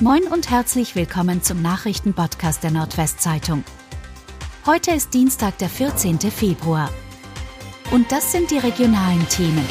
Moin und herzlich willkommen zum Nachrichtenpodcast der Nordwestzeitung. Heute ist Dienstag, der 14. Februar. Und das sind die regionalen Themen.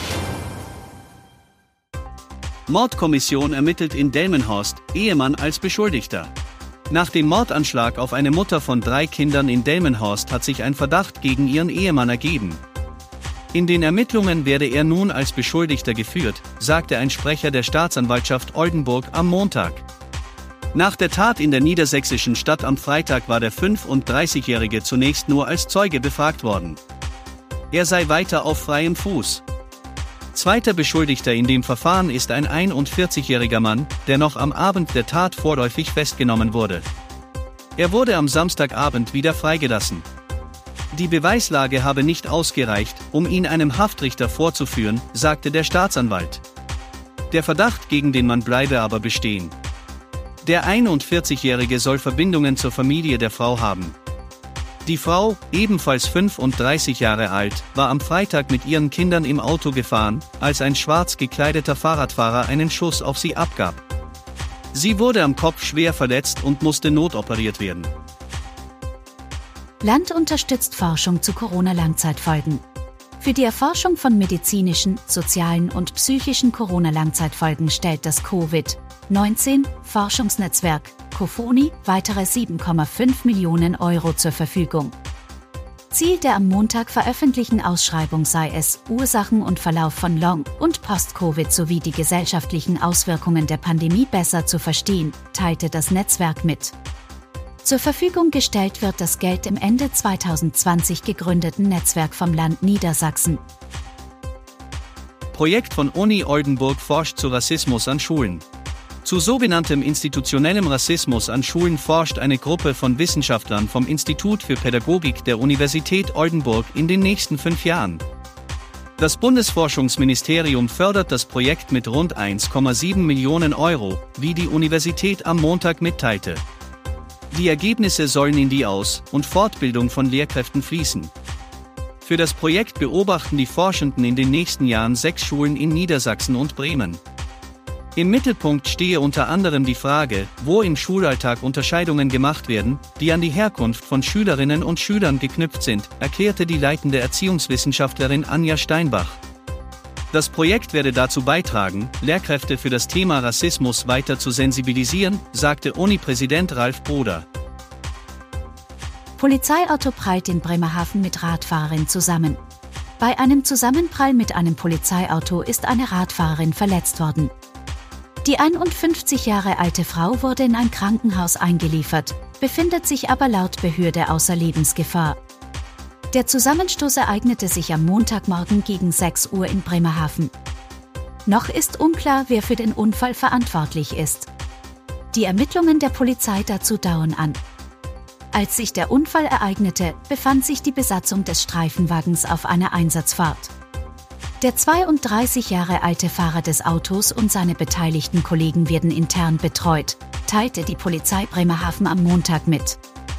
Mordkommission ermittelt in Delmenhorst, Ehemann als Beschuldigter. Nach dem Mordanschlag auf eine Mutter von 3 Kindern in Delmenhorst hat sich ein Verdacht gegen ihren Ehemann ergeben. In den Ermittlungen werde er nun als Beschuldigter geführt, sagte ein Sprecher der Staatsanwaltschaft Oldenburg am Montag. Nach der Tat in der niedersächsischen Stadt am Freitag war der 35-Jährige zunächst nur als Zeuge befragt worden. Er sei weiter auf freiem Fuß. Zweiter Beschuldigter in dem Verfahren ist ein 41-jähriger Mann, der noch am Abend der Tat vorläufig festgenommen wurde. Er wurde am Samstagabend wieder freigelassen. Die Beweislage habe nicht ausgereicht, um ihn einem Haftrichter vorzuführen, sagte der Staatsanwalt. Der Verdacht gegen den Mann bleibe aber bestehen. Der 41-Jährige soll Verbindungen zur Familie der Frau haben. Die Frau, ebenfalls 35 Jahre alt, war am Freitag mit ihren Kindern im Auto gefahren, als ein schwarz gekleideter Fahrradfahrer einen Schuss auf sie abgab. Sie wurde am Kopf schwer verletzt und musste notoperiert werden. Land unterstützt Forschung zu Corona-Langzeitfolgen. Für die Erforschung von medizinischen, sozialen und psychischen Corona-Langzeitfolgen stellt das Covid-19-Forschungsnetzwerk COFONI weitere 7,5 Millionen Euro zur Verfügung. Ziel der am Montag veröffentlichten Ausschreibung sei es, Ursachen und Verlauf von Long- und Post-Covid sowie die gesellschaftlichen Auswirkungen der Pandemie besser zu verstehen, teilte das Netzwerk mit. Zur Verfügung gestellt wird das Geld im Ende 2020 gegründeten Netzwerk vom Land Niedersachsen. Projekt von Uni Oldenburg forscht zu Rassismus an Schulen. Zu sogenanntem institutionellem Rassismus an Schulen forscht eine Gruppe von Wissenschaftlern vom Institut für Pädagogik der Universität Oldenburg in den nächsten 5 Jahren. Das Bundesforschungsministerium fördert das Projekt mit rund 1,7 Millionen Euro, wie die Universität am Montag mitteilte. Die Ergebnisse sollen in die Aus- und Fortbildung von Lehrkräften fließen. Für das Projekt beobachten die Forschenden in den nächsten Jahren 6 Schulen in Niedersachsen und Bremen. Im Mittelpunkt stehe unter anderem die Frage, wo im Schulalltag Unterscheidungen gemacht werden, die an die Herkunft von Schülerinnen und Schülern geknüpft sind, erklärte die leitende Erziehungswissenschaftlerin Anja Steinbach. Das Projekt werde dazu beitragen, Lehrkräfte für das Thema Rassismus weiter zu sensibilisieren, sagte Uni-Präsident Ralf Broder. Polizeiauto prallt in Bremerhaven mit Radfahrerin zusammen. Bei einem Zusammenprall mit einem Polizeiauto ist eine Radfahrerin verletzt worden. Die 51 Jahre alte Frau wurde in ein Krankenhaus eingeliefert, befindet sich aber laut Behörde außer Lebensgefahr. Der Zusammenstoß ereignete sich am Montagmorgen gegen 6 Uhr in Bremerhaven. Noch ist unklar, wer für den Unfall verantwortlich ist. Die Ermittlungen der Polizei dazu dauern an. Als sich der Unfall ereignete, befand sich die Besatzung des Streifenwagens auf einer Einsatzfahrt. Der 32 Jahre alte Fahrer des Autos und seine beteiligten Kollegen werden intern betreut, teilte die Polizei Bremerhaven am Montag mit.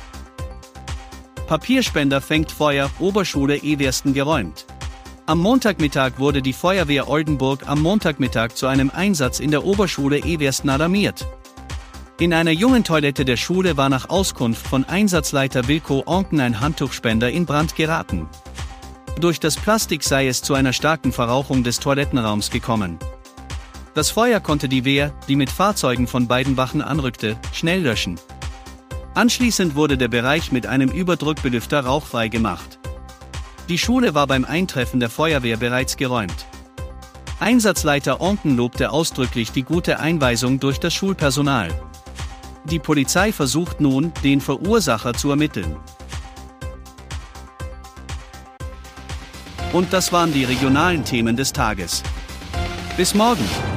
Papierspender fängt Feuer, Oberschule Eversten geräumt. Am Montagmittag wurde die Feuerwehr Oldenburg am Montagmittag zu einem Einsatz in der Oberschule Eversten alarmiert. In einer jungen Toilette der Schule war nach Auskunft von Einsatzleiter Wilko Onken ein Handtuchspender in Brand geraten. Durch das Plastik sei es zu einer starken Verrauchung des Toilettenraums gekommen. Das Feuer konnte die Wehr, die mit Fahrzeugen von beiden Wachen anrückte, schnell löschen. Anschließend wurde der Bereich mit einem Überdruckbelüfter rauchfrei gemacht. Die Schule war beim Eintreffen der Feuerwehr bereits geräumt. Einsatzleiter Onken lobte ausdrücklich die gute Einweisung durch das Schulpersonal. Die Polizei versucht nun, den Verursacher zu ermitteln. Und das waren die regionalen Themen des Tages. Bis morgen!